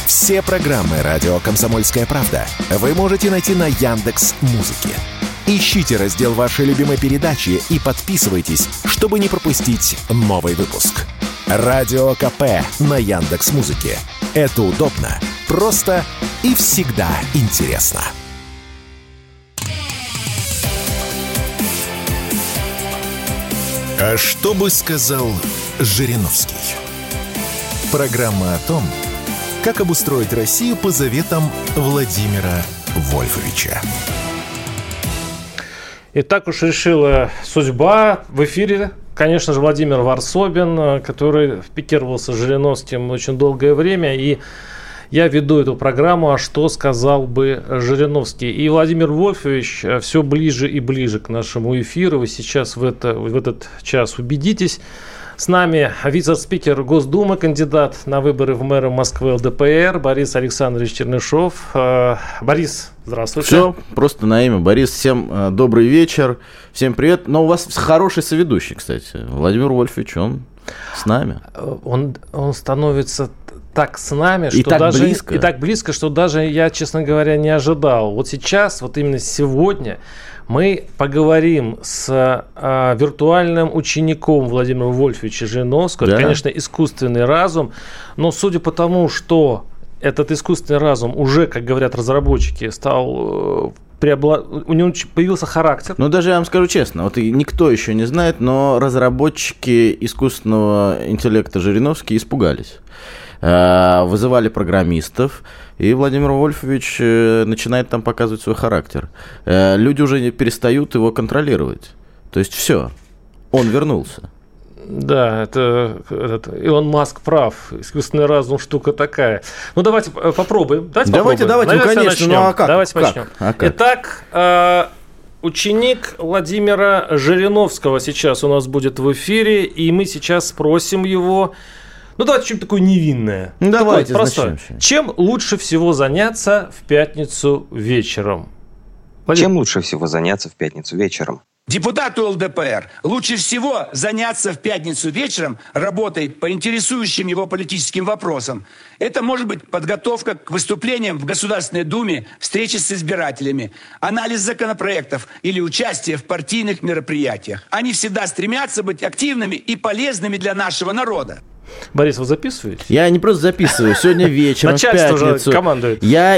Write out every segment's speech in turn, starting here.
Все программы «Радио Комсомольская правда» вы можете найти на Яндекс.Музыке. Ищите раздел вашей любимой передачи и подписывайтесь, чтобы не пропустить новый выпуск. Радио КП на Яндекс.Музыке. Это удобно, просто и всегда интересно. А что бы сказал Жириновский? Программа о том, как обустроить Россию по заветам Владимира Вольфовича. И так уж решила судьба. В эфире, конечно же, Владимир Варсобин, который пикировался с Жириновским очень долгое время. И я веду эту программу «А что сказал бы Жириновский?». И Владимир Вольфович все ближе и ближе к нашему эфиру. Вы сейчас в этот час убедитесь. С нами вице-спикер Госдумы, кандидат на выборы в мэры Москвы ЛДПР Борис Александрович Чернышов. Борис, здравствуйте. Все, просто на имя. Борис, всем добрый вечер, всем привет. Но у вас хороший соведущий, кстати. Владимир Вольфович, он с нами. Он становится так с нами, что и так даже близко. И так близко, что даже я, честно говоря, не ожидал. Вот сейчас, вот именно сегодня, мы поговорим с виртуальным учеником Владимира Вольфовича Жириновского. Да. Это, конечно, искусственный разум, но судя по тому, что этот искусственный разум уже, как говорят разработчики, у него появился характер. Ну, даже я вам скажу честно, вот никто еще не знает, но разработчики искусственного интеллекта Жириновский испугались. Вызывали программистов, и Владимир Вольфович начинает там показывать свой характер. Люди уже перестают его контролировать. То есть все, он вернулся. Да, Илон Маск прав. Искусственный разум штука такая. Ну, давайте попробуем. Давайте, ну, конечно. Ну, а как? Давайте начнем. Итак, ученик Владимира Жириновского сейчас у нас будет в эфире, и мы сейчас спросим его. Ну, давайте что-нибудь такое невинное. Ну, давайте, начнем. Чем лучше всего заняться в пятницу вечером? Чем лучше всего заняться в пятницу вечером? Депутату ЛДПР лучше всего заняться в пятницу вечером работой по интересующим его политическим вопросам. Это может быть подготовка к выступлениям в Государственной Думе, встречи с избирателями, анализ законопроектов или участие в партийных мероприятиях. Они всегда стремятся быть активными и полезными для нашего народа. Борис, вы записываете? Я не просто записываю. Сегодня вечером, в пятницу, уже командует. Я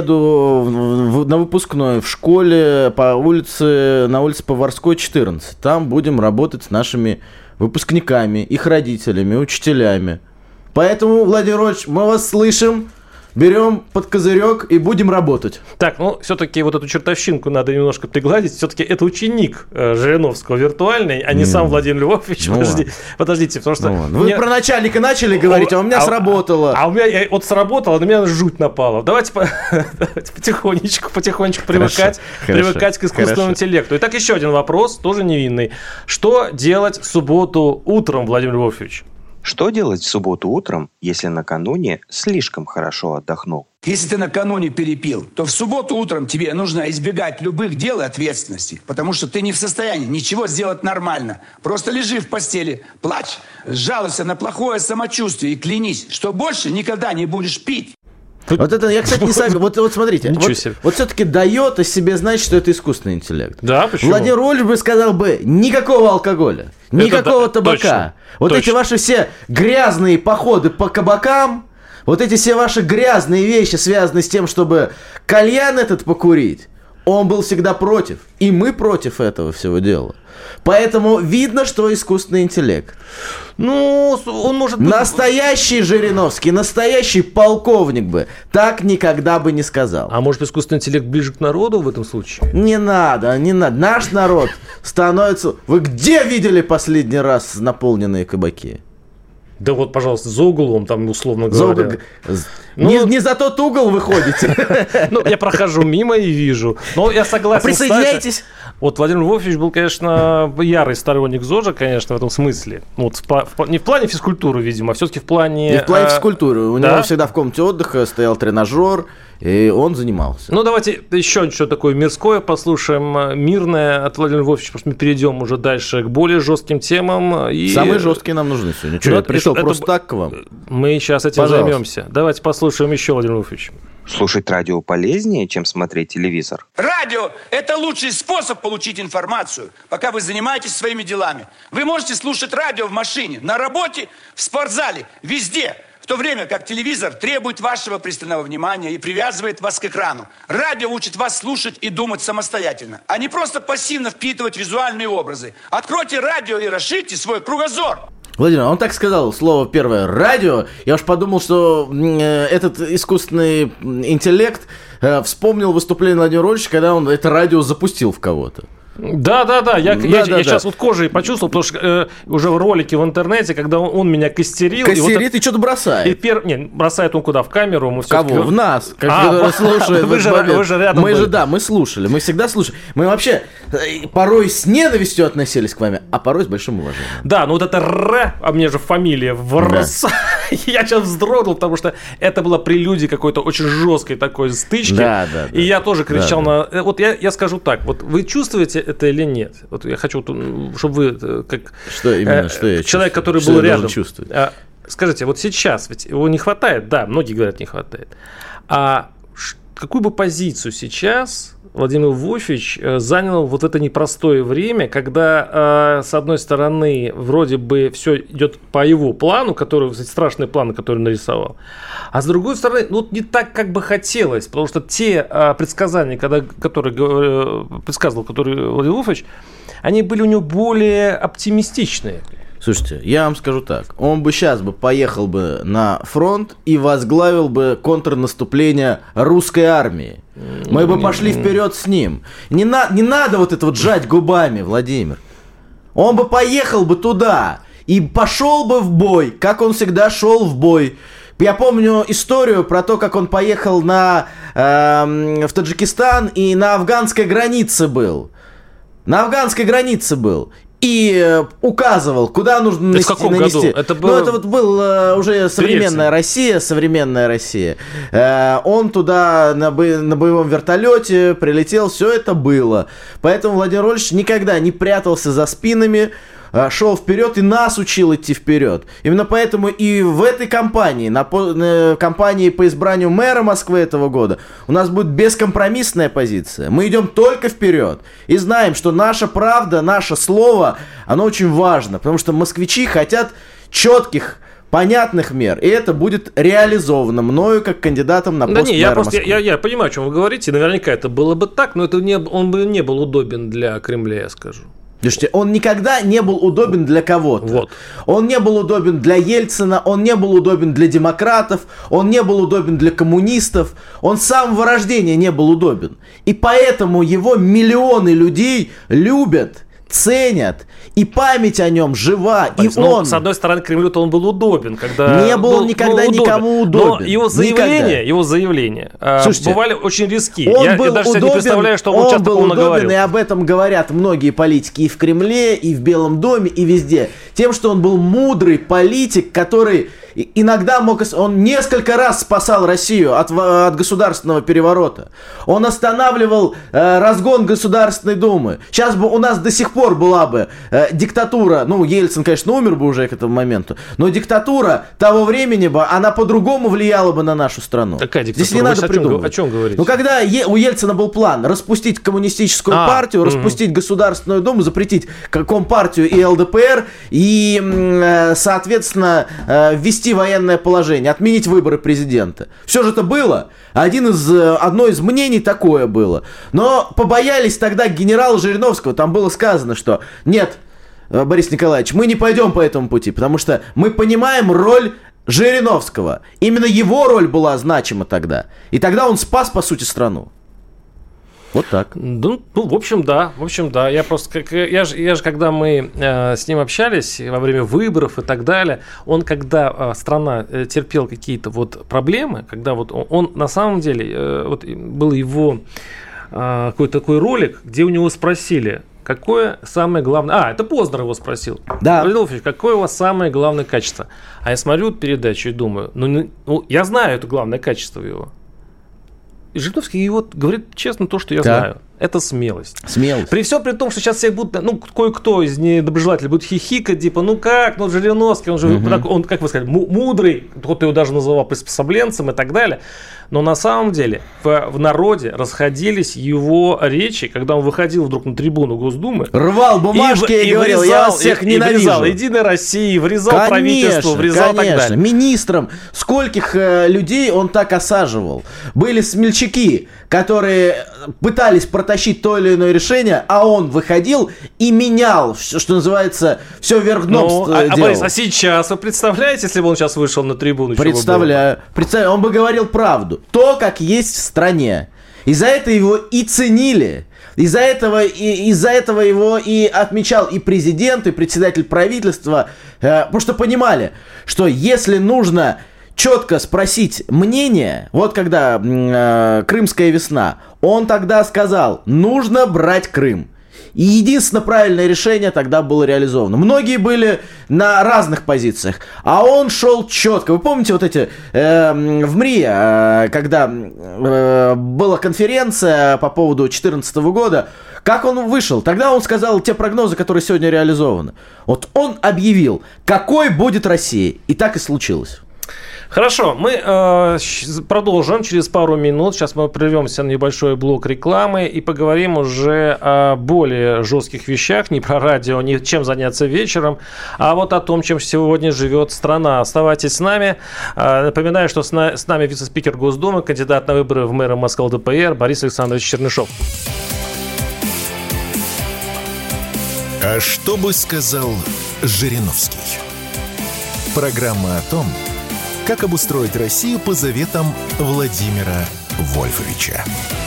еду на выпускной в школе на улице Поварской, 14. Там будем работать с нашими выпускниками, их родителями, учителями. Поэтому, Владимир Ильич, мы вас слышим. Берем под козырек и будем работать. Так, ну, все-таки вот эту чертовщинку надо немножко пригладить. Все-таки это ученик Жириновского виртуальный, а не сам Владимир Львович. Подождите, потому что... Вы про начальника начали говорить, а у меня сработало. А у меня вот сработало, на меня жуть напала. Давайте потихонечку привыкать к искусственному интеллекту. Итак, еще один вопрос, тоже невинный. Что делать в субботу утром, Владимир Львович? Что делать в субботу утром, если накануне слишком хорошо отдохнул? Если ты накануне перепил, то в субботу утром тебе нужно избегать любых дел и ответственности, потому что ты не в состоянии ничего сделать нормально. Просто лежи в постели, плачь, жалуйся на плохое самочувствие и клянись, что больше никогда не будешь пить. Вот это, я, кстати, не согласен. Вот смотрите, вот все-таки дает о себе знать, что это искусственный интеллект. Да, почему? Владимир Вольфович бы сказал бы, никакого алкоголя, никакого табака. Точно, вот точно. Эти ваши все грязные походы по кабакам, вот эти все ваши грязные вещи, связанные с тем, чтобы кальян этот покурить, он был всегда против. И мы против этого всего дела. Поэтому видно, что искусственный интеллект. Ну, он может быть... Настоящий Жириновский, настоящий полковник бы так никогда бы не сказал. А может, искусственный интеллект ближе к народу в этом случае? Не надо. Наш народ становится... Вы где видели последний раз наполненные кабаки? Да вот, пожалуйста, за углом, там, условно говоря. Не за тот угол вы ходите. Ну, я прохожу мимо и вижу. Но я согласен. Присоединяйтесь. Вот Владимир Вольфович был, конечно, ярый сторонник ЗОЖа, конечно, в этом смысле. Вот, не в плане физкультуры, видимо, а все-таки в плане... Не в плане физкультуры. У него всегда в комнате отдыха стоял тренажер, И он занимался. Ну, давайте еще что такое мирское послушаем, мирное от Владимира Вольфовича, потому что мы перейдем уже дальше к более жестким темам. И... Самые жесткие нам нужны сегодня. Что, я пришел просто так к вам? Мы сейчас этим займемся. Давайте послушаем еще Владимира Вольфовича. Слушать радио полезнее, чем смотреть телевизор. Радио – это лучший способ получить информацию, пока вы занимаетесь своими делами. Вы можете слушать радио в машине, на работе, в спортзале, везде. В то время как телевизор требует вашего пристального внимания и привязывает вас к экрану. Радио учит вас слушать и думать самостоятельно, а не просто пассивно впитывать визуальные образы. Откройте радио и расширьте свой кругозор. Владимир, он так сказал, слово первое «радио». Я уж подумал, что этот искусственный интеллект вспомнил выступление Владимира Вольфовича, когда он это радио запустил в кого-то. Да. Я сейчас вот кожей почувствовал, потому что уже в ролике в интернете, когда он меня костерил. Костерит и что-то бросает. Бросает он куда? В камеру? Мы кого? В нас, которые слушают. Вы же рядом были. Мы слушали, мы всегда слушали. Мы вообще порой с ненавистью относились к вами, а порой с большим уважением. Да, ну вот это «Р», а мне же фамилия Варс. Я сейчас вздрогнул, потому что это была прелюдия какой-то очень жесткой такой стычки. Да. И я тоже кричал на... Вот я скажу так, вот вы чувствуете это или нет? Вот я хочу, чтобы вы, как что именно, что я человек, который был рядом, скажите, вот сейчас ведь его не хватает, да, многие говорят, не хватает. А какую бы позицию сейчас Владимир Вольфович занял вот это непростое время, когда, с одной стороны, вроде бы все идет по его плану, страшные планы, которые нарисовал, а с другой стороны, ну, не так, как бы хотелось, потому что те предсказания, которые предсказывал Владимир Вольфович, они были у него более оптимистичные. Слушайте, я вам скажу так. Он бы сейчас поехал бы на фронт и возглавил бы контрнаступление русской армии. Мы бы пошли вперед с ним. Не надо вот это вот жать губами, Владимир. Он бы поехал бы туда и пошел бы в бой, как он всегда шел в бой. Я помню историю про то, как он поехал в Таджикистан и на афганской границе был. И указывал, куда нужно нанести. В каком году? Это был уже современная Россия. Он туда на боевом вертолете прилетел, все это было. Поэтому Владимир Вольфович никогда не прятался за спинами, шел вперед и нас учил идти вперед. Именно поэтому и в этой кампании, кампании по избранию мэра Москвы этого года, у нас будет бескомпромиссная позиция. Мы идем только вперед. И знаем, что наша правда, наше слово, оно очень важно. Потому что москвичи хотят четких, понятных мер. И это будет реализовано мною как кандидатом на пост мэра Москвы. Я понимаю, о чем вы говорите. Наверняка это было бы так, но он бы не был удобен для Кремля, я скажу. Слушайте, он никогда не был удобен для кого-то. Вот. Он не был удобен для Ельцина, он не был удобен для демократов, он не был удобен для коммунистов, он с самого рождения не был удобен. И поэтому его миллионы людей любят, ценят, и память о нем жива. И с одной стороны, Кремлю-то он был удобен, когда... Не был он никогда никому удобен. Но его заявления Слушайте, бывали очень риски. Я даже себе не представляю, что он часто был наговорил. Удобен, и об этом говорят многие политики и в Кремле, и в Белом доме, и везде. Тем, что он был мудрый политик, который иногда он несколько раз спасал Россию от государственного переворота. Он останавливал разгон Государственной Думы. Сейчас бы у нас до сих пор была бы диктатура, Ельцин, конечно, умер бы уже к этому моменту, но диктатура того времени бы, она по-другому влияла бы на нашу страну. Какая диктатура? Здесь не надо придумывать. О чем говорите? Когда у Ельцина был план распустить коммунистическую партию, распустить Государственную Думу, запретить Компартию и ЛДПР, и, соответственно, ввести военное положение, отменить выборы президента. Все же это было. Одно из мнений такое было. Но побоялись тогда генерала Жириновского. Там было сказано, что нет, Борис Николаевич, мы не пойдем по этому пути, потому что мы понимаем роль Жириновского. Именно его роль была значима тогда. И тогда он спас, по сути, страну. Вот так. В общем, да. Я же, когда мы с ним общались во время выборов и так далее, когда страна терпела какие-то проблемы, когда он на самом деле, был его какой-то такой ролик, где у него спросили, какое самое главное... это Познер его спросил. Да. Владимир Вольфович, какое у вас самое главное качество? А я смотрю передачу и думаю, я знаю это главное качество его. Жириновский и вот говорит честно то, что я знаю. Это смелость. Смелость. При всем при том, что сейчас все будут, кое-кто из недоброжелателей будет хихикать, типа, Жириновский, он же, он, как вы сказали, мудрый, кто-то его даже называл приспособленцем и так далее. Но на самом деле в народе расходились его речи, когда он выходил вдруг на трибуну Госдумы. Рвал бумажки и говорил, я вас всех ненавижу. Врезал Единой России, врезал правительству, врезал и так далее. Министрам, скольких людей он так осаживал. Были смельчаки, которые пытались протащить то или иное решение, а он выходил и менял, что называется, все вверх дном делал. Борис, а сейчас вы представляете, если бы он сейчас вышел на трибуну? Представляю. Он бы говорил правду. То, как есть в стране. И за это его и ценили. Из-за этого его и отмечал и президент, и председатель правительства. Потому что понимали, что если нужно четко спросить мнение, вот когда Крымская весна, он тогда сказал, нужно брать Крым. И единственное правильное решение тогда было реализовано. Многие были на разных позициях, а он шел четко. Вы помните вот эти в МРИ, когда была конференция по поводу 2014 года, как он вышел? Тогда он сказал те прогнозы, которые сегодня реализованы. Вот он объявил, какой будет Россия. И так и случилось. Хорошо, мы продолжим через пару минут. Сейчас мы прервемся на небольшой блок рекламы и поговорим уже о более жестких вещах. Не про радио, не чем заняться вечером, а вот о том, чем сегодня живет страна. Оставайтесь с нами. Напоминаю, что с нами вице-спикер Госдумы, кандидат на выборы в мэры Москвы ЛДПР Борис Александрович Чернышов. А что бы сказал Жириновский? Программа о том, как обустроить Россию по заветам Владимира Вольфовича.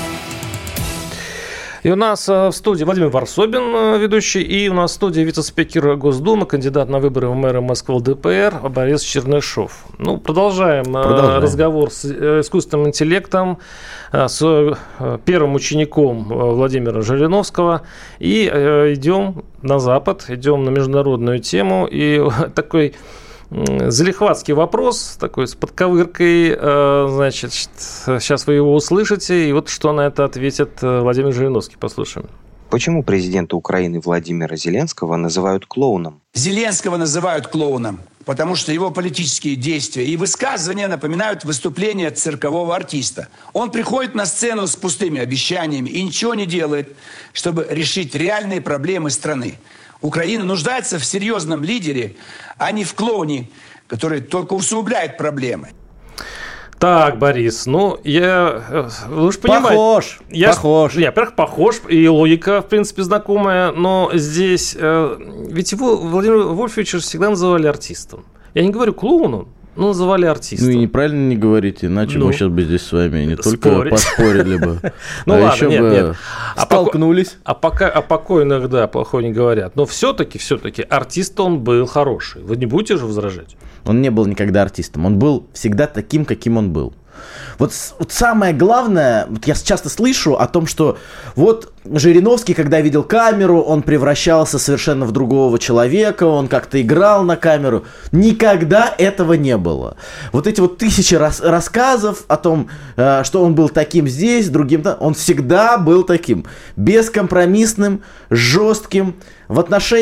И у нас в студии Владимир Варсобин, ведущий, и у нас в студии вице-спикер Госдумы, кандидат на выборы в мэры Москвы ЛДПР Борис Чернышов. Продолжаем разговор с искусственным интеллектом, с первым учеником Владимира Жириновского. И идем на Запад, идем на международную тему. И такой залихватский вопрос, такой с подковыркой, значит, сейчас вы его услышите, и вот что на это ответит Владимир Жириновский, послушаем. Почему президента Украины Владимира Зеленского называют клоуном? Зеленского называют клоуном, потому что его политические действия и высказывания напоминают выступление циркового артиста. Он приходит на сцену с пустыми обещаниями и ничего не делает, чтобы решить реальные проблемы страны. Украина нуждается в серьезном лидере, а не в клоуне, который только усугубляет проблемы. Так, Борис, вы же понимаете... Похож. Во-первых, похож, и логика, в принципе, знакомая, но здесь... Ведь его Владимира Вольфовича всегда называли артистом. Я не говорю клоуном, но называли артистом. И неправильно не говорите, иначе мы сейчас бы здесь с вами не только поспорили бы, а еще бы столкнулись. А покойных, да, плохого не говорят. Но все-таки артист он был хороший. Вы не будете же возражать? Он не был никогда артистом. Он был всегда таким, каким он был. Вот самое главное, я часто слышу о том, что вот Жириновский, когда видел камеру, он превращался совершенно в другого человека, он как-то играл на камеру. Никогда этого не было. Вот эти вот тысячи рассказов о том, что он был таким здесь, другим там, он всегда был таким. Бескомпромиссным, жестким, в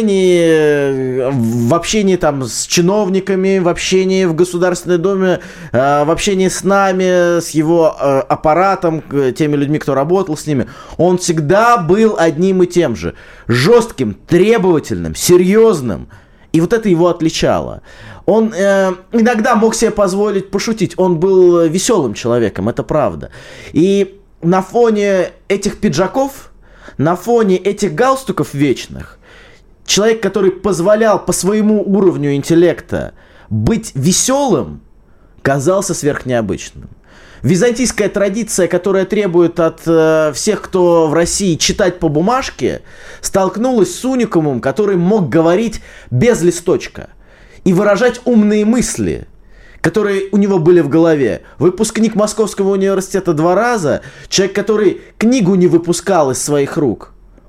общении там с чиновниками, в общении в Государственной Думе, в общении с нами, с его аппаратом, теми людьми, кто работал с ними. Он всегда был одним и тем же. Жестким, требовательным, серьезным. И вот это его отличало. Он иногда мог себе позволить пошутить. Он был веселым человеком, это правда. И на фоне этих пиджаков, на фоне этих галстуков вечных, человек, который позволял по своему уровню интеллекта быть веселым, казался сверхнеобычным. Византийская традиция, которая требует от всех, кто в России, читать по бумажке, столкнулась с уникумом, который мог говорить без листочка и выражать умные мысли, которые у него были в голове. Выпускник Московского университета 2 раза, человек, который книгу не выпускал из своих рук.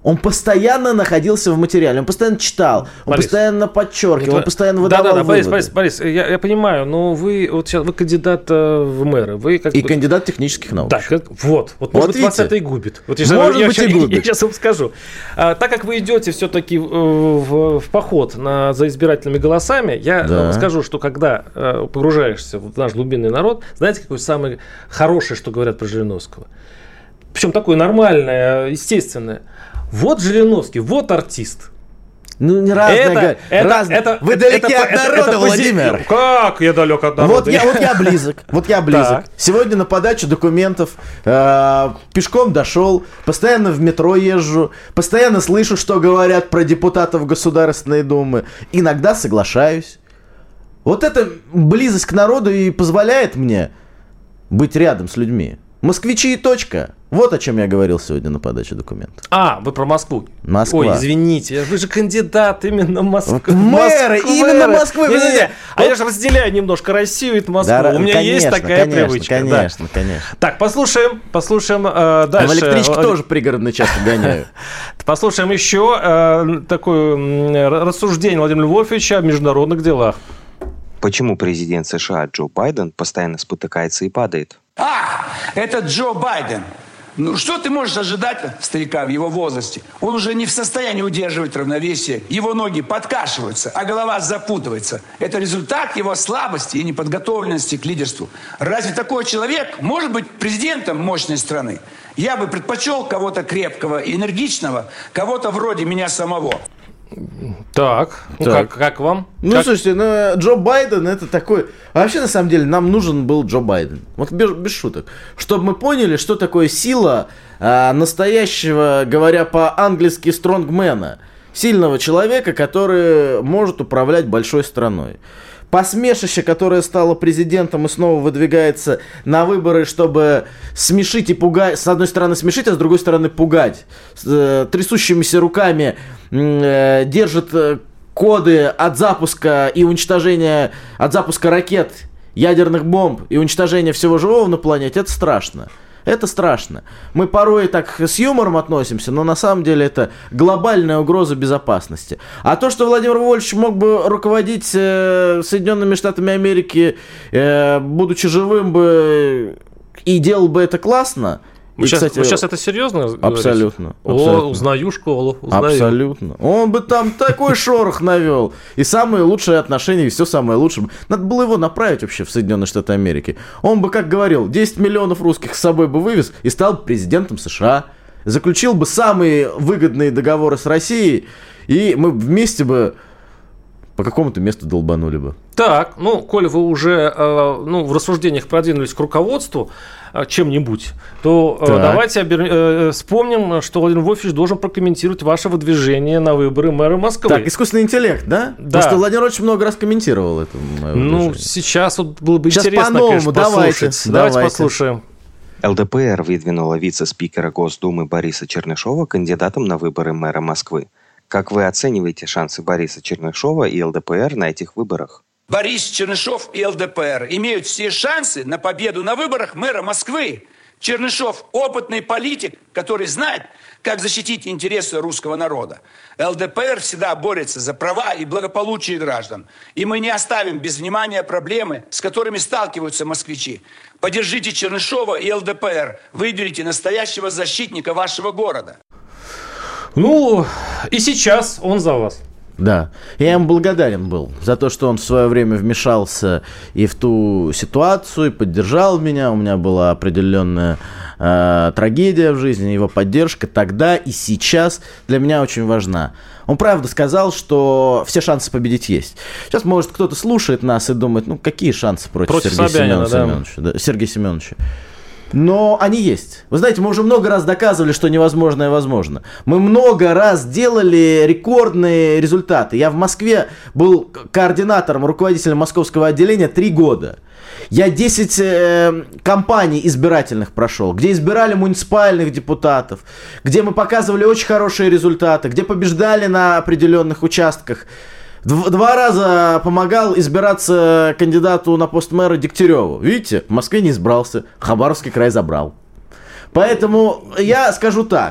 Он постоянно находился в материале, он постоянно читал, он постоянно подчеркивал, он постоянно выдавал выводы. Борис, я понимаю, но вы кандидат в мэры. Вы и кандидат технических наук. Так, вот может быть, вас это и губит. Вот может быть, и губит. Я сейчас вам скажу. Так как вы идете все-таки в поход за избирательными голосами, я вам скажу, что когда погружаешься в наш глубинный народ, знаете, какое самое хорошее, что говорят про Жириновского? Причем такое нормальное, естественное. Вот Жириновский, вот артист. Ну, не разное. Вы далеки от народа, Владимир. Как я далек от народа? Вот я близок. Сегодня на подачу документов пешком дошел, постоянно в метро езжу, постоянно слышу, что говорят про депутатов Государственной Думы. Иногда соглашаюсь. Вот эта близость к народу и позволяет мне быть рядом с людьми. Москвичи и точка. Вот о чем я говорил сегодня на подаче документов. Вы про Москву. Москва. Ой, извините, вы же кандидат именно Москвы. Мэры, именно Москвы. А я же разделяю немножко Россию и Москву. У меня есть такая привычка. Конечно. Так, послушаем дальше. В электричке тоже пригородно часто гоняю. Послушаем еще такое рассуждение Владимира Вольфовича о международных делах. Почему президент США Джо Байден постоянно спотыкается и падает? Это Джо Байден. Ну, что ты можешь ожидать от старика в его возрасте? Он уже не в состоянии удерживать равновесие. Его ноги подкашиваются, а голова запутывается. Это результат его слабости и неподготовленности к лидерству. Разве такой человек может быть президентом мощной страны? Я бы предпочел кого-то крепкого и энергичного, кого-то вроде меня самого. Так. Как вам? Слушайте, Джо Байден это такой... Вообще, на самом деле, нам нужен был Джо Байден. Вот без шуток. Чтобы мы поняли, что такое сила настоящего, говоря по-английски, стронгмена. Сильного человека, который может управлять большой страной. Посмешище, которое стало президентом и снова выдвигается на выборы, чтобы смешить и пугать, с одной стороны смешить, а с другой стороны пугать, трясущимися руками держит коды от запуска и уничтожения, от запуска ракет, ядерных бомб и уничтожения всего живого на планете, это страшно. Это страшно. Мы порой так с юмором относимся, но на самом деле это глобальная угроза безопасности. А то, что Владимир Вольфович мог бы руководить Соединенными Штатами Америки, будучи живым бы и делал бы это классно. Вы сейчас это серьезно говорите? Абсолютно. Узнаю школу. Абсолютно. Он бы там такой шорох навел. И самые лучшие отношения, и все самое лучшее. Надо было его направить вообще в Соединенные Штаты Америки. Он бы, как говорил, 10 миллионов русских с собой бы вывез и стал президентом США. Заключил бы самые выгодные договоры с Россией. И мы вместе бы по какому-то месту долбанули бы. Так, коль вы уже в рассуждениях продвинулись к руководству чем-нибудь, то давайте вспомним, что Владимир Вольфович должен прокомментировать ваше выдвижение на выборы мэра Москвы. Так, искусственный интеллект, да? Да. Потому что Владимир Вольфович много раз комментировал это. Сейчас было бы интересно, конечно, послушать. Давайте послушаем. ЛДПР выдвинула вице-спикера Госдумы Бориса Чернышова кандидатом на выборы мэра Москвы. Как вы оцениваете шансы Бориса Чернышова и ЛДПР на этих выборах? Борис Чернышов и ЛДПР имеют все шансы на победу на выборах мэра Москвы. Чернышов – опытный политик, который знает, как защитить интересы русского народа. ЛДПР всегда борется за права и благополучие граждан. И мы не оставим без внимания проблемы, с которыми сталкиваются москвичи. Поддержите Чернышова и ЛДПР. Выберите настоящего защитника вашего города. И сейчас он за вас. Да, я ему благодарен был за то, что он в свое время вмешался и в ту ситуацию, и поддержал меня. У меня была определенная трагедия в жизни, его поддержка тогда и сейчас для меня очень важна. Он правда сказал, что все шансы победить есть. Сейчас, может, кто-то слушает нас и думает, какие шансы против Сергея Семеновича. Но они есть. Вы знаете, мы уже много раз доказывали, что невозможное возможно. Мы много раз делали рекордные результаты. Я в Москве был координатором, руководителем московского отделения 3 года. Я 10 кампаний избирательных прошел, где избирали муниципальных депутатов, где мы показывали очень хорошие результаты, где побеждали на определенных участках. 2 раза помогал избираться кандидату на пост мэра Дегтяреву. Видите, в Москве не избрался, Хабаровский край забрал. Поэтому я скажу так.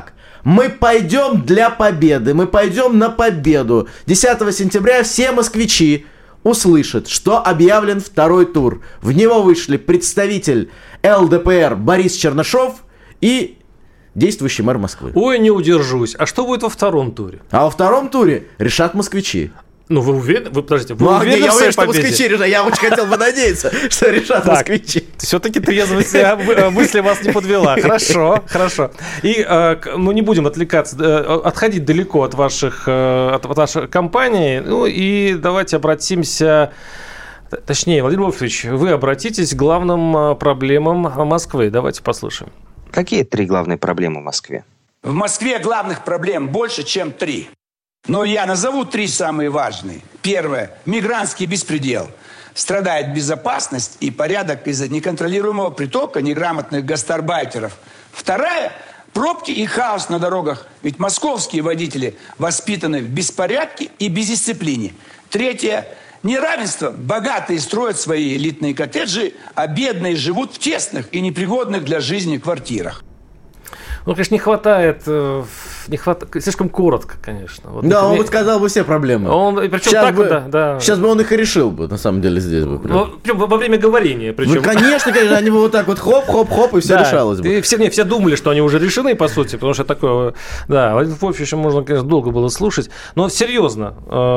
Мы пойдем для победы, мы пойдем на победу. 10 сентября все москвичи услышат, что объявлен второй тур. В него вышли представитель ЛДПР Борис Чернышов и действующий мэр Москвы. Ой, не удержусь. А что будет во втором туре? А во втором туре решат москвичи. Ну, вы уверены? Подождите, вы уверены в своей что победе? москвичи решат. Я очень хотел бы надеяться, что решат москвичи. Все-таки трезвость мысли вас не подвела. Хорошо. И мы не будем отходить далеко от вашей компании. Ну и давайте обратимся... Точнее, Владимир Вольфович, вы обратитесь к главным проблемам Москвы. Давайте послушаем. Какие 3 главные проблемы в Москве? В Москве главных проблем больше, чем 3. Но я назову 3 самые важные. Первое. Мигрантский беспредел. Страдает безопасность и порядок из-за неконтролируемого притока неграмотных гастарбайтеров. Вторая. Пробки и хаос на дорогах. Ведь московские водители воспитаны в беспорядке и бездисциплине. Третье. Неравенство. Богатые строят свои элитные коттеджи, а бедные живут в тесных и непригодных для жизни квартирах. Ну, конечно, не хватает, слишком коротко, конечно. Вот да, он бы сказал бы все проблемы. Причем сейчас так, бы, да. Сейчас бы он их и решил бы, на самом деле, здесь бы. Во время говорения. Причем. Ну, конечно, они бы вот так вот хоп-хоп-хоп, и все решалось бы. Все думали, что они уже решены, по сути, потому что такое... Да, Владимир Вольфович можно, конечно, долго было слушать. Но серьезно,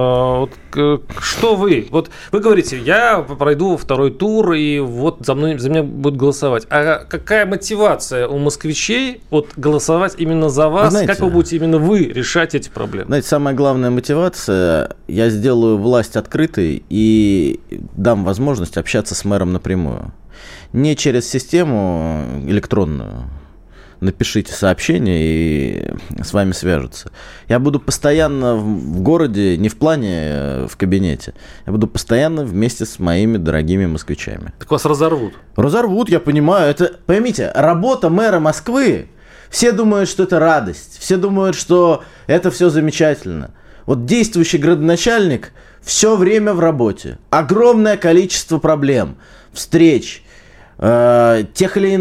что вы... Вот вы говорите, я пройду второй тур, и вот за меня будут голосовать. А какая мотивация у москвичей голосовать именно за вас? Знаете, как вы будете именно вы решать эти проблемы? Знаете, самая главная мотивация, я сделаю власть открытой и дам возможность общаться с мэром напрямую. Не через систему электронную. Напишите сообщение, и с вами свяжутся. Я буду постоянно в городе, не в плане в кабинете. Я буду постоянно вместе с моими дорогими москвичами. Так вас разорвут? Разорвут, я понимаю. Это, поймите, работа мэра Москвы. Все думают, что это радость. Все думают, что это все замечательно. Вот действующий градоначальник все время в работе. Огромное количество проблем, встреч, тех или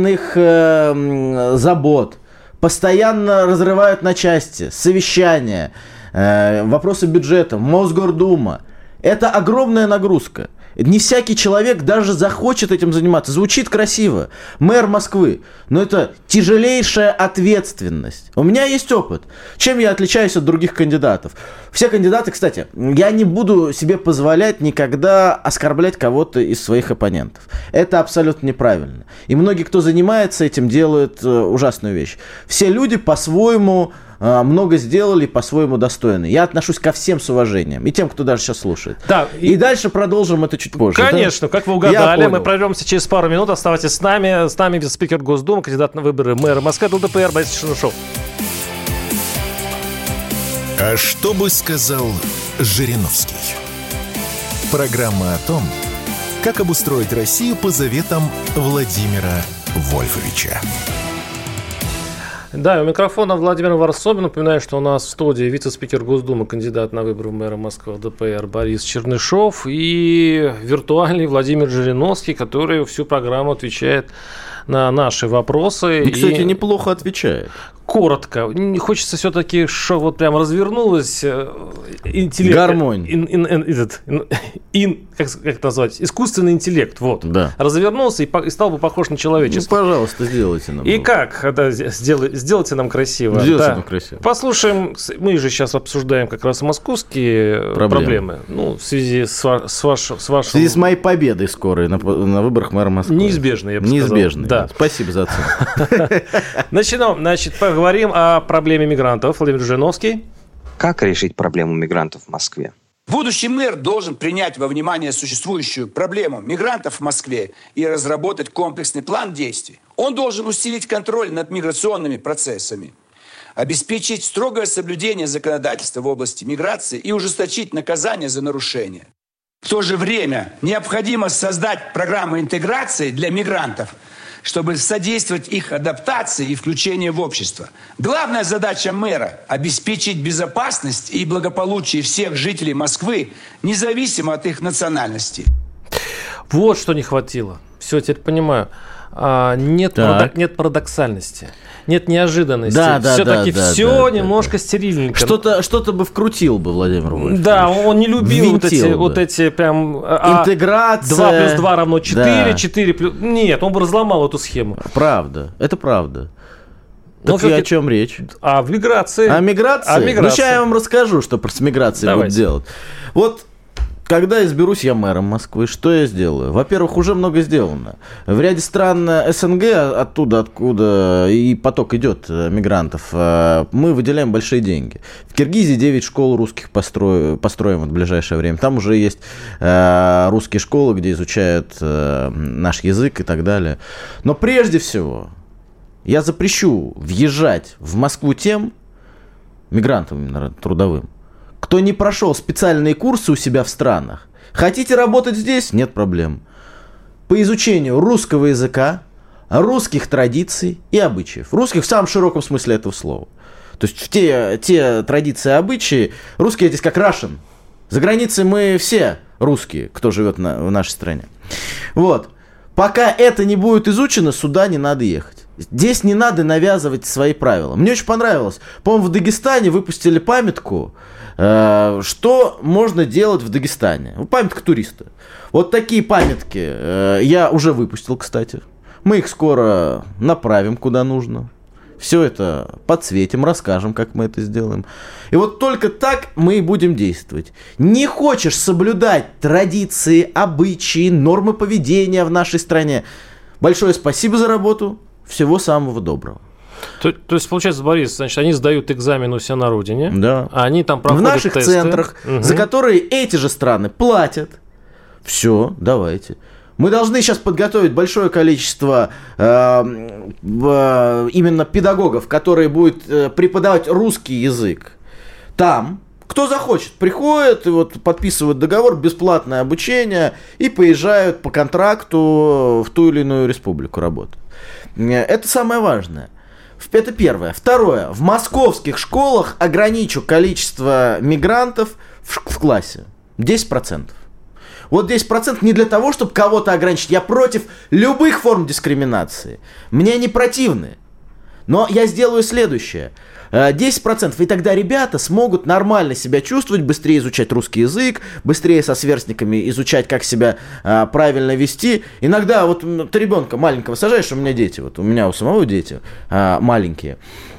иных забот. Постоянно разрывают на части, совещания, вопросы бюджета, Мосгордума. Это огромная нагрузка. Не всякий человек даже захочет этим заниматься. Звучит красиво. Мэр Москвы. Но это тяжелейшая ответственность. У меня есть опыт. Чем я отличаюсь от других кандидатов? Все кандидаты, кстати, я не буду себе позволять никогда оскорблять кого-то из своих оппонентов. Это абсолютно неправильно. И многие, кто занимается этим, делают ужасную вещь. Все люди по-своему много сделали, по-своему достойны. Я отношусь ко всем с уважением. И тем, кто даже сейчас слушает. Да, и дальше продолжим это чуть позже. Конечно, да? Как вы угадали. Мы пройдемся через пару минут. Оставайтесь с нами. С нами вице-спикер Госдумы, кандидат на выборы мэра Москвы, ЛДПР Борис Чернышов. А что бы сказал Жириновский? Программа о том, как обустроить Россию по заветам Владимира Вольфовича. Да, у микрофона Владимир Варсобин. Напоминаю, что у нас в студии вице-спикер Госдумы, кандидат на выборы мэра Москвы ЛДПР Борис Чернышов и виртуальный Владимир Жириновский, который всю программу отвечает на наши вопросы. И, кстати, неплохо отвечает. Коротко. Не хочется все-таки, что вот прям развернулось интеллект. Гармонь. Как это назвать? Искусственный интеллект. Вот. Да. Развернулся и стал бы похож на человеческий. Ну, пожалуйста, сделайте нам. И как? Это сделайте нам красиво. Сделайте нам красиво. Послушаем. Мы же сейчас обсуждаем как раз московские проблемы. Ну, в связи с вашим... В связи с моей победой скорой на выборах мэра Москвы. Неизбежно, я бы сказал. Неизбежно. Да. Спасибо за оценку. Начнем. Значит, поговорим о проблеме мигрантов. Владимир Жириновский. Как решить проблему мигрантов в Москве? Будущий мэр должен принять во внимание существующую проблему мигрантов в Москве и разработать комплексный план действий. Он должен усилить контроль над миграционными процессами, обеспечить строгое соблюдение законодательства в области миграции и ужесточить наказание за нарушения. В то же время необходимо создать программы интеграции для мигрантов, чтобы содействовать их адаптации и включению в общество. Главная задача мэра – обеспечить безопасность и благополучие всех жителей Москвы, независимо от их национальности. Вот что не хватило. Все, теперь понимаю. нет парадоксальности, нет неожиданности. Да, все-таки все немножко стерильненько. Что-то бы вкрутил бы Владимир Вольфович. Да, он не любил вот эти прям... Интеграция. 2 плюс 2 равно 4, Да. 4 плюс... Нет, он бы разломал эту схему. Правда, это правда. Так и о чем речь? О миграции. О миграции? Ну, сейчас я вам расскажу, что с миграцией будут делать. Вот, когда изберусь я мэром Москвы, что я сделаю? Во-первых, уже много сделано. В ряде стран СНГ, оттуда, откуда и поток идет мигрантов, мы выделяем большие деньги. В Киргизии 9 школ русских построим в ближайшее время. Там уже есть русские школы, где изучают наш язык и так далее. Но прежде всего... Я запрещу въезжать в Москву тем мигрантам именно трудовым, кто не прошел специальные курсы у себя в странах. Хотите работать здесь? Нет проблем. По изучению русского языка, русских традиций и обычаев. Русских в самом широком смысле этого слова. То есть в те традиции и обычаи, русские здесь как Russian. За границей мы все русские, кто живет в нашей стране. Вот. Пока это не будет изучено, сюда не надо ехать. Здесь не надо навязывать свои правила. Мне очень понравилось. По-моему, в Дагестане выпустили памятку, что можно делать в Дагестане. Памятка туриста. Вот такие памятки я уже выпустил, кстати. Мы их скоро направим куда нужно. Все это подсветим, расскажем, как мы это сделаем. И вот только так мы и будем действовать. Не хочешь соблюдать традиции, обычаи, нормы поведения в нашей стране? Большое спасибо за работу. Всего самого доброго. То есть, получается, Борис, значит, они сдают экзамен у себя на родине, да. А они там проходят в наших тесты. Центрах, за которые эти же страны платят. Все, давайте. Мы должны сейчас подготовить большое количество именно педагогов, которые будут преподавать русский язык. Там, кто захочет, приходят и вот подписывают договор, бесплатное обучение и поезжают по контракту в ту или иную республику работать. Это самое важное. Это первое. Второе. В московских школах ограничу количество мигрантов в классе. 10%. Вот 10% не для того, чтобы кого-то ограничить. Я против любых форм дискриминации. Мне они противны. Но я сделаю следующее. 10%. И тогда ребята смогут нормально себя чувствовать, быстрее изучать русский язык, быстрее со сверстниками изучать, как себя правильно вести. Иногда вот ты ребенка маленького сажаешь, у меня дети, вот у меня у самого дети маленькие.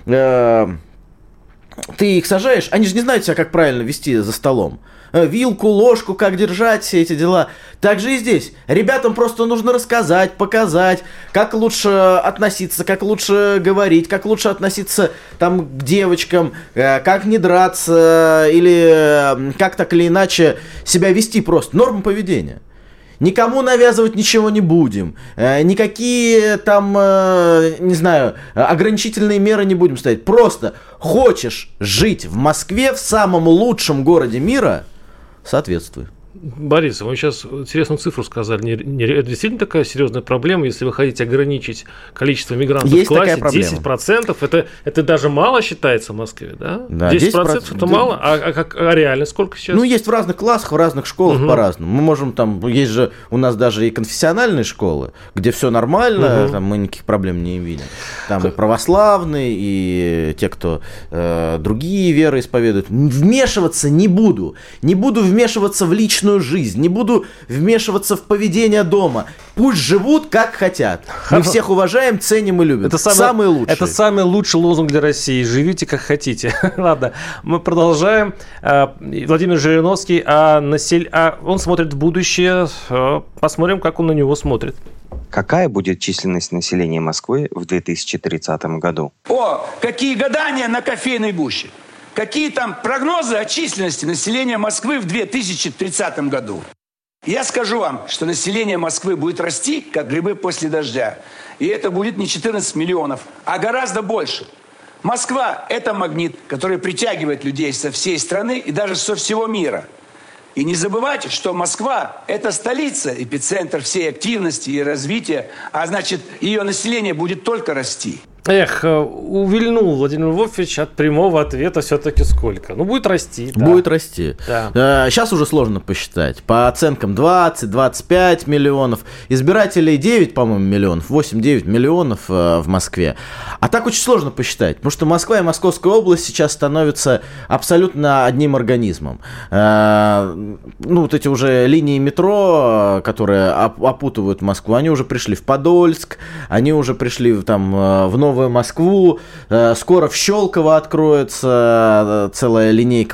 Ты их сажаешь, они же не знают себя, как правильно вести за столом. Вилку, ложку, как держать, все эти дела. Так же и здесь. Ребятам просто нужно рассказать, показать, как лучше относиться, как лучше говорить, как лучше относиться там, к девочкам, как не драться или как так или иначе себя вести просто. Нормы поведения. Никому навязывать ничего не будем. Никакие там, не знаю, ограничительные меры не будем ставить. Просто хочешь жить в Москве, в самом лучшем городе мира, соответствуй. Борис, вы сейчас интересную цифру сказали. Это действительно такая серьезная проблема, если вы хотите ограничить количество мигрантов в классе. 10%, это даже мало считается в Москве, да? Да, 10% это мало, а реально сколько сейчас? Ну, есть в разных классах, в разных школах по-разному. Мы можем там, есть же у нас даже и конфессиональные школы, где все нормально, там мы никаких проблем не видим. Там и православные, и те, кто другие веры исповедуют. Вмешиваться не буду. Не буду вмешиваться в личную жизнь, не буду вмешиваться в поведение дома. Пусть живут как хотят. Мы всех уважаем, ценим и любим. Это самый лучший. Это самый лучший лозунг для России. Живите как хотите. Ладно, мы продолжаем. Владимир Жириновский, он смотрит в будущее. Посмотрим, как он на него смотрит. Какая будет численность населения Москвы в 2030 году? Какие гадания на кофейной гуще. Какие там прогнозы о численности населения Москвы в 2030 году? Я скажу вам, что население Москвы будет расти, как грибы после дождя. И это будет не 14 миллионов, а гораздо больше. Москва – это магнит, который притягивает людей со всей страны и даже со всего мира. И не забывайте, что Москва – это столица, эпицентр всей активности и развития, а значит, ее население будет только расти. Увильнул Владимир Вольфович от прямого ответа все-таки сколько? Будет расти. Да. Будет расти. Да. Сейчас уже сложно посчитать. По оценкам 20-25 миллионов. Избирателей 9, по-моему, миллионов. 8-9 миллионов в Москве. А так очень сложно посчитать. Потому что Москва и Московская область сейчас становятся абсолютно одним организмом. Вот эти уже линии метро, которые опутывают Москву, они уже пришли в Подольск, они уже пришли в Новую Москву, скоро в Щелково откроется целая линейка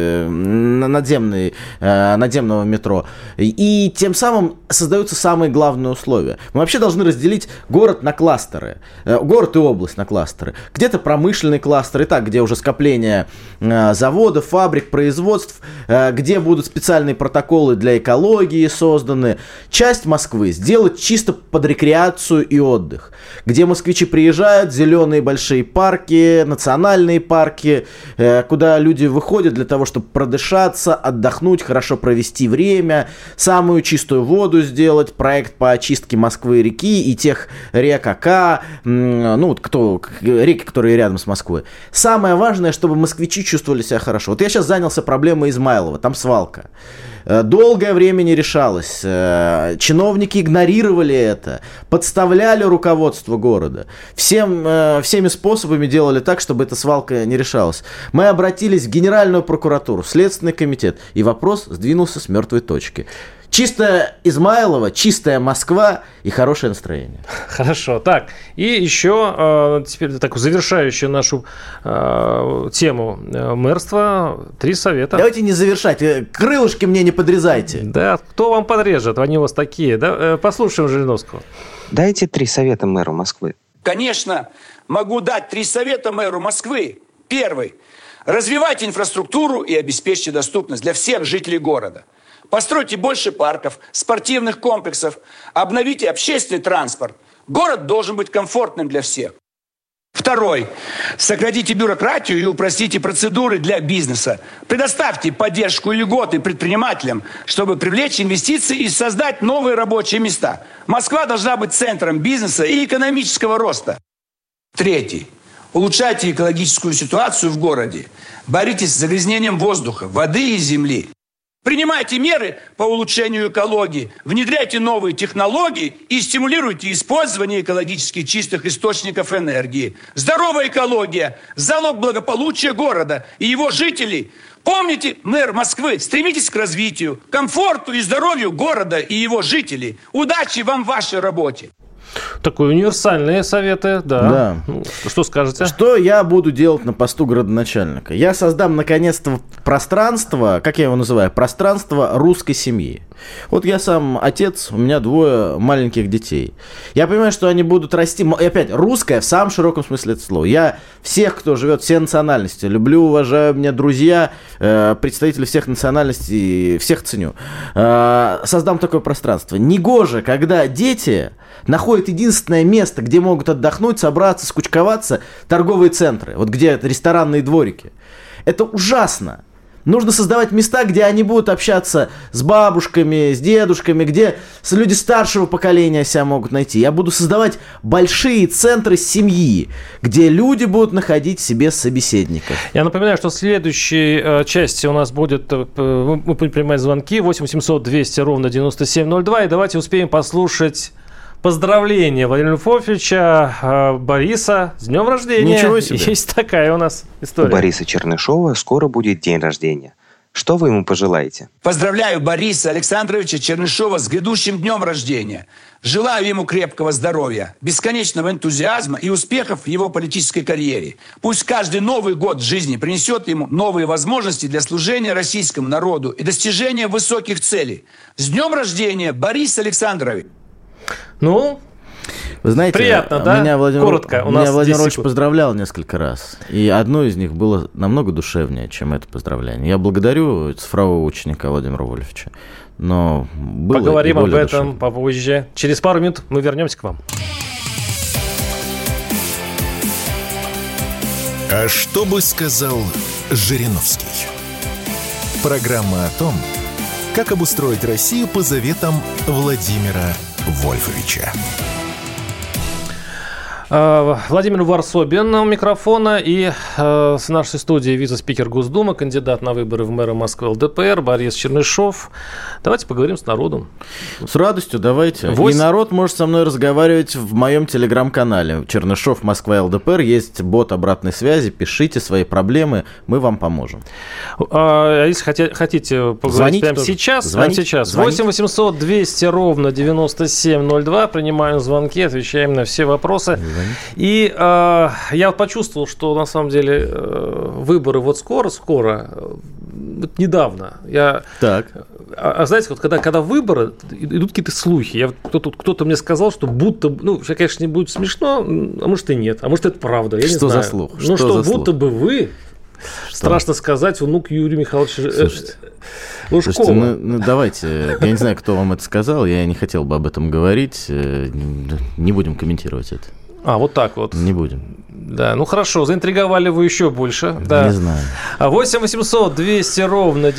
надземного метро. И тем самым создаются самые главные условия. Мы вообще должны разделить город на кластеры. Город и область на кластеры. Где-то промышленный кластер, где уже скопление заводов, фабрик, производств, где будут специальные протоколы для экологии созданы. Часть Москвы сделать чисто под рекреацию и отдых, где москвичи приезжают, зеленые большие парки, национальные парки, куда люди выходят для того, чтобы продышаться, отдохнуть, хорошо провести время, самую чистую воду сделать, проект по очистке Москвы реки и тех рек Ока, реки, которые рядом с Москвой. Самое важное, чтобы москвичи чувствовали себя хорошо. Я сейчас занялся проблемой Измайлова, там свалка. Долгое время не решалось. Чиновники игнорировали это, подставляли руководство города. Всеми способами делали так, чтобы эта свалка не решалась. Мы обратились в Генеральную прокуратуру, в Следственный комитет, и вопрос сдвинулся с мертвой точки. Чистая Измайлова, чистая Москва и хорошее настроение. Хорошо. Так, и еще теперь такую завершающую нашу тему мэрства. 3 совета. Давайте не завершать. Крылышки мне не подрезайте. Да, кто вам подрежет? Они у вас такие. Да? Послушаем Жириновского. Дайте 3 совета мэру Москвы. Конечно, могу дать 3 совета мэру Москвы. Первый. Развивайте инфраструктуру и обеспечьте доступность для всех жителей города. Постройте больше парков, спортивных комплексов, обновите общественный транспорт. Город должен быть комфортным для всех. Второй. Сократите бюрократию и упростите процедуры для бизнеса. Предоставьте поддержку и льготы предпринимателям, чтобы привлечь инвестиции и создать новые рабочие места. Москва должна быть центром бизнеса и экономического роста. Третий. Улучшайте экологическую ситуацию в городе. Боритесь с загрязнением воздуха, воды и земли. Принимайте меры по улучшению экологии, внедряйте новые технологии и стимулируйте использование экологически чистых источников энергии. Здоровая экология – залог благополучия города и его жителей. Помните, мэр Москвы, стремитесь к развитию, комфорту и здоровью города и его жителей. Удачи вам в вашей работе. Такие универсальные советы, да. Что скажете? Что я буду делать на посту градоначальника? Я создам, наконец-то, пространство, как я его называю, пространство русской семьи. Я сам отец, у меня 2 маленьких детей. Я понимаю, что они будут расти, и опять, русская в самом широком смысле этого слова. Я всех, кто живет, все национальности, люблю, уважаю, у меня друзья, представители всех национальностей, всех ценю. Создам такое пространство. Негоже, когда дети находят единственное место, где могут отдохнуть, собраться, скучковаться, торговые центры, где ресторанные дворики. Это ужасно. Нужно создавать места, где они будут общаться с бабушками, с дедушками, где люди старшего поколения себя могут найти. Я буду создавать большие центры семьи, где люди будут находить себе собеседников. Я напоминаю, что в следующей части у нас будет, мы будем принимать звонки 8 800 200 ровно 9702. И давайте успеем послушать поздравления Владимира Вольфовича, Бориса с днем рождения. Ничего себе. Есть такая у нас история. У Бориса Чернышова скоро будет день рождения. Что вы ему пожелаете? Поздравляю Бориса Александровича Чернышова с грядущим днем рождения. Желаю ему крепкого здоровья, бесконечного энтузиазма и успехов в его политической карьере. Пусть каждый Новый год в жизни принесет ему новые возможности для служения российскому народу и достижения высоких целей. С днем рождения, Борис Александрович! Вы знаете, приятно, да? Меня Владимир Владимирович секунд. Поздравлял несколько раз. И одно из них было намного душевнее, чем это поздравление. Я благодарю цифрового ученика Владимира Вольфовича. Но было поговорим об этом душевнее. попозже. Через пару минут мы вернемся к вам. А что бы сказал Жириновский? Программа о том, как обустроить Россию по заветам Владимира Вольфовича. Владимир Варсобин у микрофона и с нашей студии вице-спикер Госдумы, кандидат на выборы в мэра Москвы ЛДПР Борис Чернышов. Давайте поговорим с народом. С радостью, давайте. И народ может со мной разговаривать в моем телеграм-канале. Чернышов, Москва, ЛДПР. Есть бот обратной связи. Пишите свои проблемы, мы вам поможем. Если хотите поговорить звоните прямо сейчас, 8 800 200 ровно 9702. Принимаем звонки, отвечаем на все вопросы. И я почувствовал, что на самом деле выборы вот скоро, недавно. Знаете, вот когда выборы, идут какие-то слухи. Кто-то мне сказал, что будто, конечно, не будет смешно, а может и нет, а может это правда, я не знаю. Что за слух? Будто бы вы, страшно сказать, внук Юрия Михайловича Лужкова. Слушайте, давайте, я не знаю, кто вам это сказал, я не хотел бы об этом говорить, не будем комментировать это. Вот так вот. Не будем. Да, хорошо, заинтриговали вы еще больше. Да. Не знаю. 8 800 200 ровно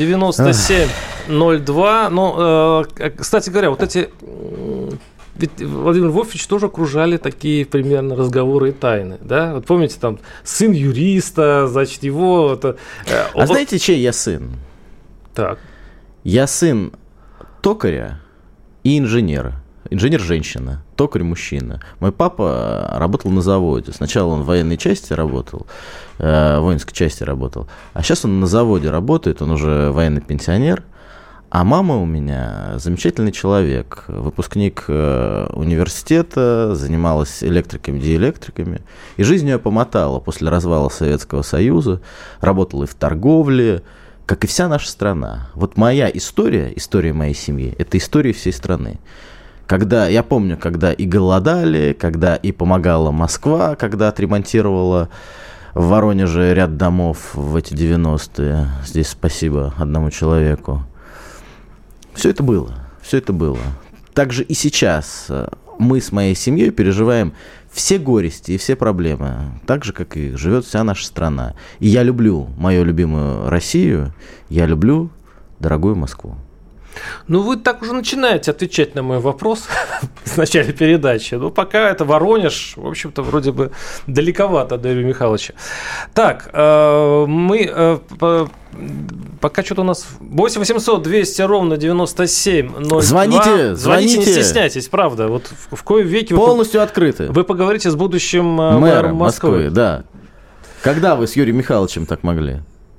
9702. Кстати говоря, вот эти... Ведь Владимир Вольфович тоже окружали такие примерно разговоры и тайны, да? Вот помните, там, сын юриста, значит, его... знаете, чей я сын? Так. Я сын токаря и инженера. Инженер – женщина, токарь – мужчина. Мой папа работал на заводе. Сначала он в военной части работал, в воинской части работал. А сейчас он на заводе работает, он уже военный пенсионер. А мама у меня замечательный человек, выпускник университета, занималась электриками, диэлектриками. И жизнь ее помотала после развала Советского Союза, работала и в торговле, как и вся наша страна. Вот моя история моей семьи – это история всей страны. Я помню, когда и голодали, когда и помогала Москва, когда отремонтировала в Воронеже ряд домов в эти 90-е. Здесь спасибо одному человеку. Все это было. Также и сейчас мы с моей семьей переживаем все горести и все проблемы, так же, как и живет вся наша страна. И я люблю мою любимую Россию, я люблю дорогую Москву. Вы так уже начинаете отвечать на мой вопрос в начале передачи. Пока это Воронеж, в общем-то, вроде бы далековато от Юрия Михайловича. Так, мы... Пока что-то у нас 8 800 200 ровно 9702. Звоните, не стесняйтесь, правда. Вот в кои веки полностью открыты. Вы поговорите с будущим мэром Москвы. Да. Когда вы с Юрием Михайловичем так могли?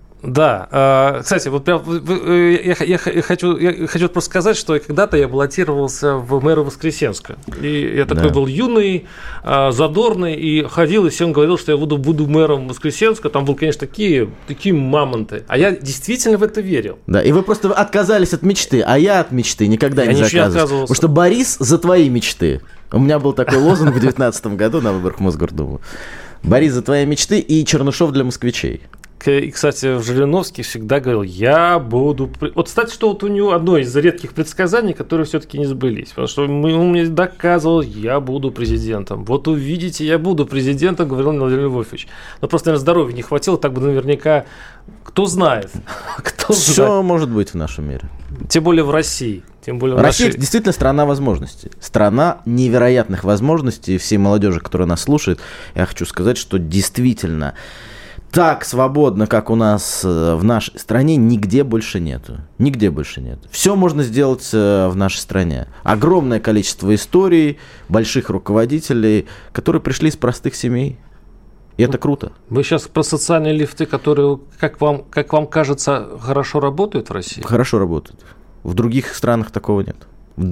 Да, кстати, вот я хочу просто сказать, что когда-то я баллотировался в мэра Воскресенска. И я такой был юный, задорный, и ходил, и всем говорил, что я буду мэром Воскресенска. Там были, конечно, такие мамонты. А я действительно в это верил. Да, и вы просто отказались от мечты, а я от мечты никогда не отказывался. Потому что Борис за твои мечты. У меня был такой лозунг в 2019 году на выборах в Мосгордуму. Борис за твои мечты и Чернышов для москвичей. И, кстати, в Жириновске всегда говорил, я буду... Вот, кстати, что вот у него одно из редких предсказаний, которые все-таки не сбылись. Потому что он мне доказывал, я буду президентом. Вот увидите, я буду президентом, говорил Владимир Вольфович. Но просто, наверное, здоровья не хватило, так бы наверняка... Кто знает? Все может быть в нашем мире. Тем более в России. Россия действительно страна возможностей. Страна невероятных возможностей. И всей молодежи, которая нас слушает, я хочу сказать, что действительно... Так свободно, как у нас в нашей стране, нигде больше нету. Все можно сделать в нашей стране. Огромное количество историй, больших руководителей, которые пришли из простых семей. И это круто. Вы сейчас про социальные лифты, которые, как вам кажется, хорошо работают в России? Хорошо работают. В других странах такого нет.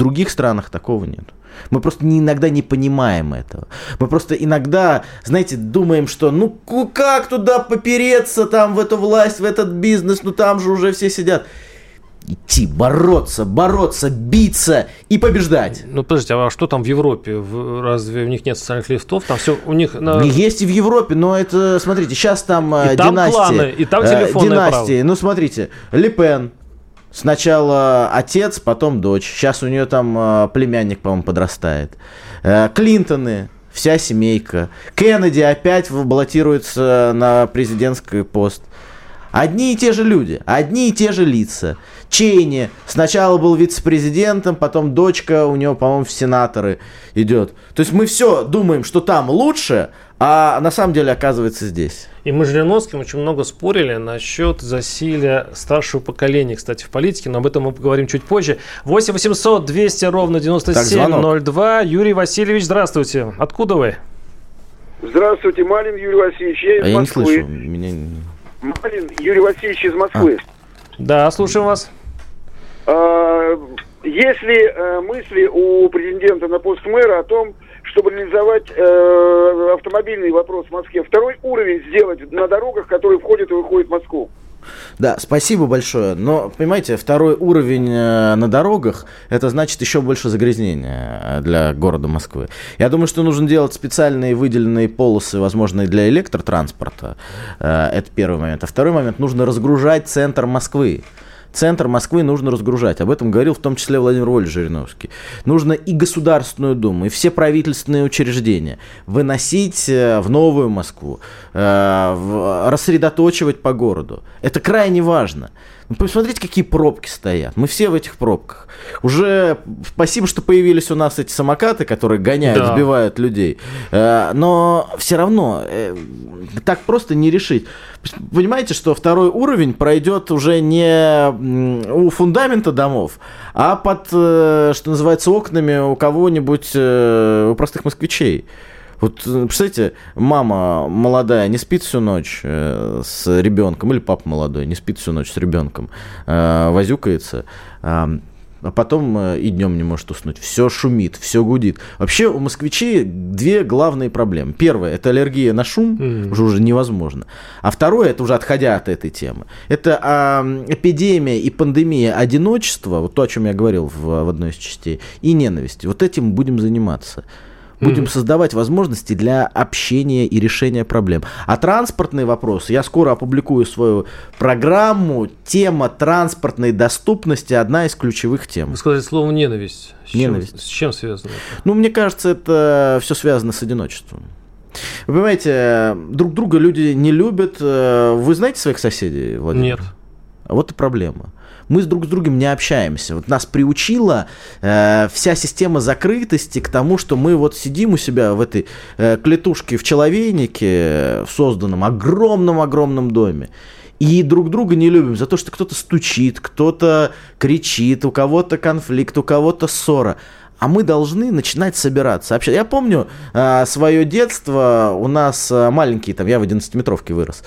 Мы просто иногда не понимаем этого. Мы просто иногда, знаете, думаем, что как туда попереться, там, в эту власть, в этот бизнес, там же уже все сидят. Идти, бороться, биться и побеждать. Подождите, а что там в Европе? Разве у них нет социальных лифтов? Там все у них... Есть и в Европе, но это, смотрите, сейчас там и династии. Там кланы, и там телефонное право. Смотрите, Ле Пен. Сначала отец, потом дочь. Сейчас у нее там племянник, по-моему, подрастает. Клинтоны, вся семейка. Кеннеди опять баллотируется на президентский пост. Одни и те же люди, одни и те же лица. Чейни сначала был вице-президентом, потом дочка у него, по-моему, в сенаторы идет. То есть мы все думаем, что там лучше, а на самом деле оказывается здесь. И мы с Жириновским очень много спорили насчет засилия старшего поколения, кстати, в политике, но об этом мы поговорим чуть позже. 8 800 200 ровно 9702. Юрий Васильевич, здравствуйте. Откуда вы? Здравствуйте, Малин Юрий Васильевич, я из Москвы. Я не слышу. Малин Юрий Васильевич из Москвы. Да, слушаем вас. Если мысли у президента на пост мэра о том, чтобы реализовать автомобильный вопрос в Москве, второй уровень сделать на дорогах, которые входят и выходят в Москву. Да, спасибо большое. Но, понимаете, второй уровень на дорогах, это значит еще больше загрязнения для города Москвы. Я думаю, что нужно делать специальные выделенные полосы, возможно, и для электротранспорта. Это первый момент. А второй момент, нужно разгружать центр Москвы. Центр Москвы нужно разгружать. Об этом говорил в том числе Владимир Вольфович Жириновский. Нужно и Государственную Думу, и все правительственные учреждения выносить в новую Москву, рассредоточивать по городу. Это крайне важно. Посмотрите, какие пробки стоят. Мы все в этих пробках. Уже спасибо, что появились у нас эти самокаты, которые гоняют, сбивают людей. Но все равно так просто не решить. Понимаете, что второй уровень пройдет уже не у фундамента домов, а под, что называется, окнами у кого-нибудь, у простых москвичей. Вот, представляете, мама молодая не спит всю ночь с ребенком, или папа молодой не спит всю ночь с ребенком, возюкается, а потом и днем не может уснуть. Все шумит, все гудит. Вообще у москвичей две главные проблемы. Первое – это аллергия на шум, уже невозможно. А второе – это уже отходя от этой темы. Это эпидемия и пандемия одиночества, вот то, о чем я говорил в одной из частей, и ненависти. Вот этим будем заниматься. Будем создавать возможности для общения и решения проблем. А транспортные вопросы, я скоро опубликую свою программу. Тема транспортной доступности – одна из ключевых тем. Вы сказали слово «ненависть». С чем связано это? Ну, мне кажется, это все связано с одиночеством. Вы понимаете, друг друга люди не любят. Вы знаете своих соседей, Владимир? Нет. Вот и проблема. Мы друг с другом не общаемся. Вот нас приучила вся система закрытости к тому, что мы вот сидим у себя в этой клетушке в человейнике, в созданном огромном доме, и друг друга не любим за то, что кто-то стучит, кто-то кричит, у кого-то конфликт, у кого-то ссора. А мы должны начинать собираться, общаться. Я помню свое детство, у нас маленький, там, я в 11-метровке вырос,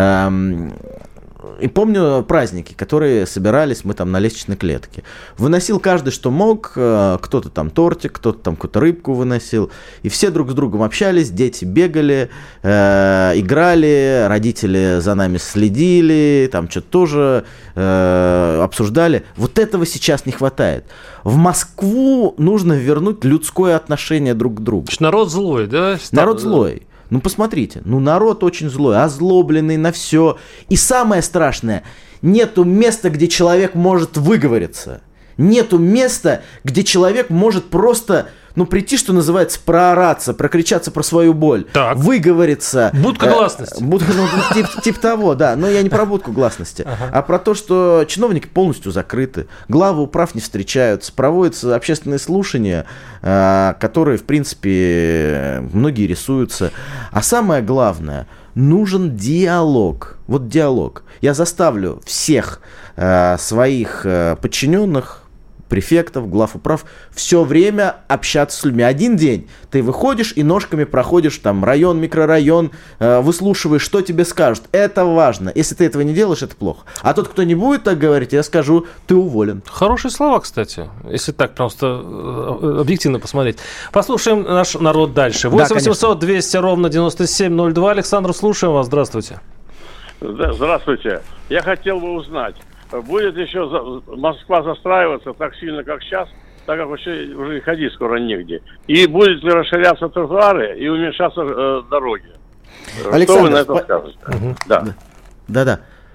и помню праздники, которые собирались мы там на лестничной клетке. Выносил каждый, что мог. Кто-то там тортик, кто-то там какую-то рыбку выносил. И все друг с другом общались, дети бегали, играли, родители за нами следили, там что-то тоже обсуждали. Вот этого сейчас не хватает. В Москву нужно вернуть людское отношение друг к другу. Народ злой, да? Народ злой. Ну, посмотрите, народ очень злой, озлобленный на все. И самое страшное, нету места, где человек может выговориться. Нету места, где человек может просто, прийти, что называется, проораться, прокричаться про свою боль. Так. Выговориться. Будка гласности. Типа того, да. Но я не про будку гласности, а про то, что чиновники полностью закрыты, главы управ не встречаются, проводятся общественные слушания, которые, в принципе, многие рисуются. А самое главное, нужен диалог. Вот диалог. Я заставлю всех своих подчиненных, префектов, главуправ, все время общаться с людьми. Один день ты выходишь и ножками проходишь там район, микрорайон, выслушиваешь, что тебе скажут. Это важно. Если ты этого не делаешь, это плохо. А тот, кто не будет так говорить, я скажу, ты уволен. Хорошие слова, кстати, если так просто объективно посмотреть. Послушаем наш народ дальше. 8 800 200 ровно 9702. Александр, слушаем вас. Здравствуйте. Здравствуйте. Я хотел бы узнать, будет еще Москва застраиваться так сильно, как сейчас, так как вообще уже и ходить скоро негде? И будет ли расширяться тротуары и уменьшаться дороги? Александр, что вы на это скажете? Да.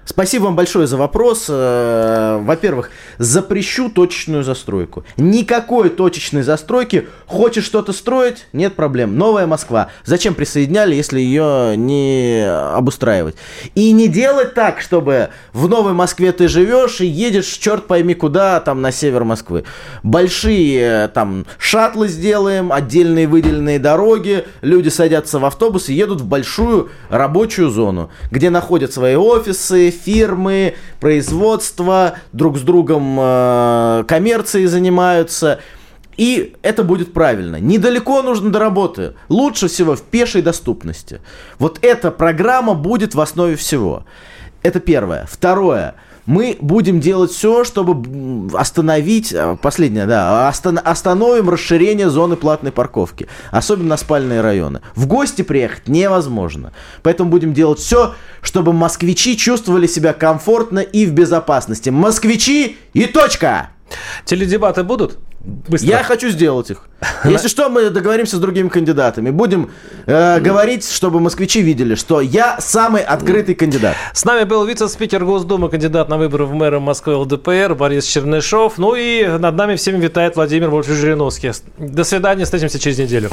Спасибо вам большое за вопрос. Во-первых, запрещу точечную застройку. Никакой точечной застройки. Хочешь что-то строить? Нет проблем. Новая Москва. Зачем присоединяли, если ее не обустраивать? И не делать так, чтобы в Новой Москве ты живешь и едешь черт пойми куда, там на север Москвы. Большие там шаттлы сделаем, отдельные выделенные дороги. Люди садятся в автобус и едут в большую рабочую зону, где находят свои офисы, фирмы, производства, друг с другом коммерцией занимаются. И это будет правильно. Недалеко нужно до работы. Лучше всего в пешей доступности. Вот эта программа будет в основе всего. Это первое. Второе. Мы будем делать все, чтобы остановить, остановим расширение зоны платной парковки, особенно на спальные районы. В гости приехать невозможно. Поэтому будем делать все, чтобы москвичи чувствовали себя комфортно и в безопасности. Москвичи и точка! Теледебаты будут? Быстро. Я хочу сделать их. Если что, мы договоримся с другими кандидатами. Будем говорить, чтобы москвичи видели, что я самый открытый кандидат. С нами был вице-спикер Госдумы, кандидат на выборы в мэры Москвы ЛДПР Борис Чернышов. Ну и над нами всеми витает Владимир Вольфович Жириновский. До свидания, встретимся через неделю.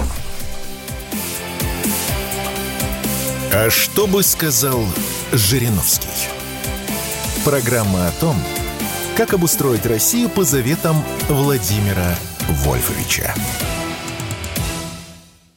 А что бы сказал Жириновский? Программа о том, как обустроить Россию по заветам Владимира Вольфовича.